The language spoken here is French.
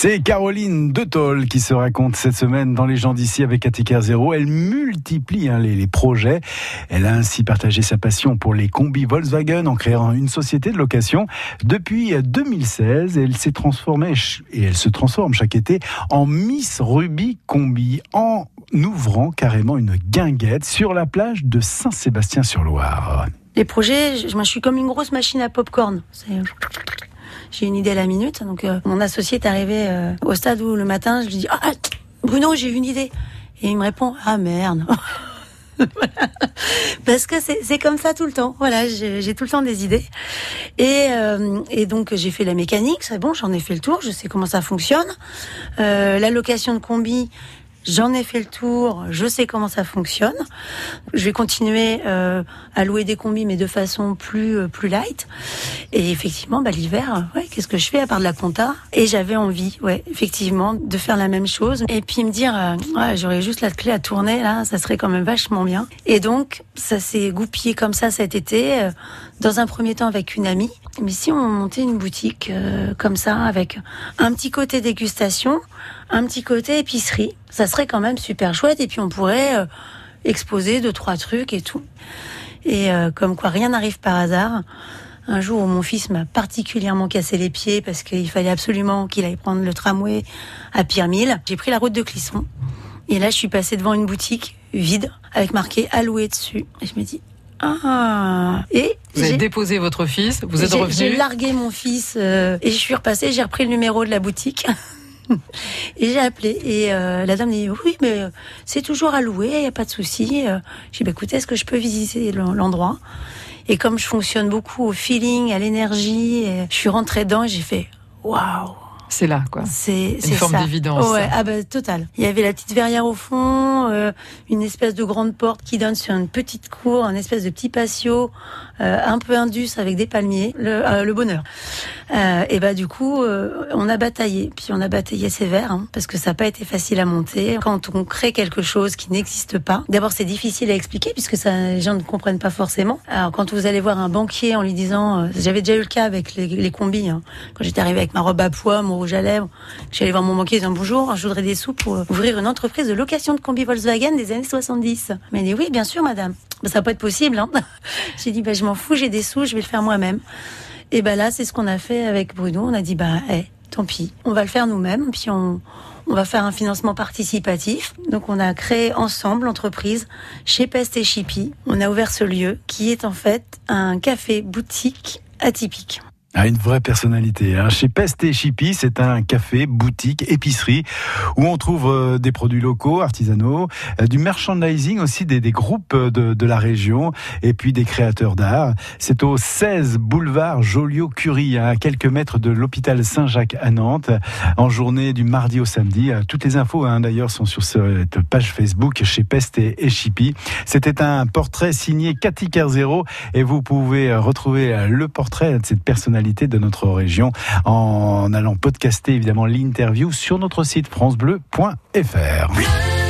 C'est Caroline De Tol qui se raconte cette semaine dans Les gens d'ici avec Attica Zéro. Elle multiplie les projets. Elle a ainsi partagé sa passion pour les combis Volkswagen en créant une société de location. Depuis 2016, elle s'est transformée et elle se transforme chaque été en Miss Ruby Combi en ouvrant carrément une guinguette sur la plage de Saint-Sébastien-sur-Loire. Les projets, je suis comme une grosse machine à popcorn. J'ai une idée à la minute. Donc, mon associé est arrivé au stade où le matin, je lui dis Bruno, j'ai une idée. Et il me répond merde. Parce que c'est comme ça tout le temps. Voilà, j'ai tout le temps des idées. Et donc j'ai fait la mécanique, c'est bon, j'en ai fait le tour, je sais comment ça fonctionne. La location de combi, j'en ai fait le tour, je sais comment ça fonctionne. Je vais continuer à louer des combis, mais de façon plus light. Et effectivement, l'hiver, qu'est-ce que je fais à part de la compta ? Et j'avais envie, effectivement, de faire la même chose. Et puis me dire, j'aurais juste la clé à tourner, là, ça serait quand même vachement bien. Et donc, ça s'est goupillé comme ça cet été, dans un premier temps avec une amie. Mais si on montait une boutique comme ça, avec un petit côté dégustation, un petit côté épicerie, ça serait quand même super chouette. Et puis on pourrait exposer 2-3 trucs et tout. Et comme quoi rien n'arrive par hasard. Un jour où mon fils m'a particulièrement cassé les pieds parce qu'il fallait absolument qu'il aille prendre le tramway à Pierremille, j'ai pris la route de Clisson. Et là, je suis passée devant une boutique vide avec marqué à louer dessus. Et je me dis et vous avez déposé votre fils, vous êtes revenu. J'ai largué mon fils et je suis repassée, j'ai repris le numéro de la boutique. Et j'ai appelé et la dame dit oui mais c'est toujours à louer, il n'y a pas de souci. J'ai dit écoutez, est-ce que je peux visiter l'endroit? Et comme je fonctionne beaucoup au feeling, à l'énergie, je suis rentrée dedans et j'ai fait waouh. C'est là, quoi. C'est une forme d'évidence. Ouais, total. Il y avait la petite verrière au fond, une espèce de grande porte qui donne sur une petite cour, une espèce de petit patio, un peu indus avec des palmiers, le bonheur. Et du coup, on a bataillé. Puis on a bataillé sévère, parce que ça n'a pas été facile à monter. Quand on crée quelque chose qui n'existe pas, d'abord c'est difficile à expliquer puisque les gens ne comprennent pas forcément. Alors quand vous allez voir un banquier en lui disant, j'avais déjà eu le cas avec les combis, quand j'étais arrivée avec ma robe à pois, mon rouge à lèvres, j'allais voir mon banquier en disant bonjour, je voudrais des sous pour ouvrir une entreprise de location de combis Volkswagen des années 70. Mais il dit oui, bien sûr madame. Ça va pas être possible. J'ai dit je m'en fous, j'ai des sous, je vais le faire moi-même. Et là, c'est ce qu'on a fait avec Bruno. On a dit tant pis, on va le faire nous-mêmes. Puis on va faire un financement participatif. Donc on a créé ensemble l'entreprise chez Peste et Chippy. On a ouvert ce lieu qui est en fait un café boutique atypique. Une vraie personnalité. Chez Peste et Chippy, c'est un café, boutique, épicerie où on trouve des produits locaux, artisanaux, du merchandising aussi des groupes de la région et puis des créateurs d'art. C'est au 16 boulevard Joliot-Curie, à quelques mètres de l'hôpital Saint-Jacques à Nantes, en journée du mardi au samedi. Toutes les infos d'ailleurs sont sur cette page Facebook chez Peste et Chippy. C'était un portrait signé Cathy Kerzero et vous pouvez retrouver le portrait de cette personnalité de notre région en allant podcaster évidemment l'interview sur notre site francebleu.fr.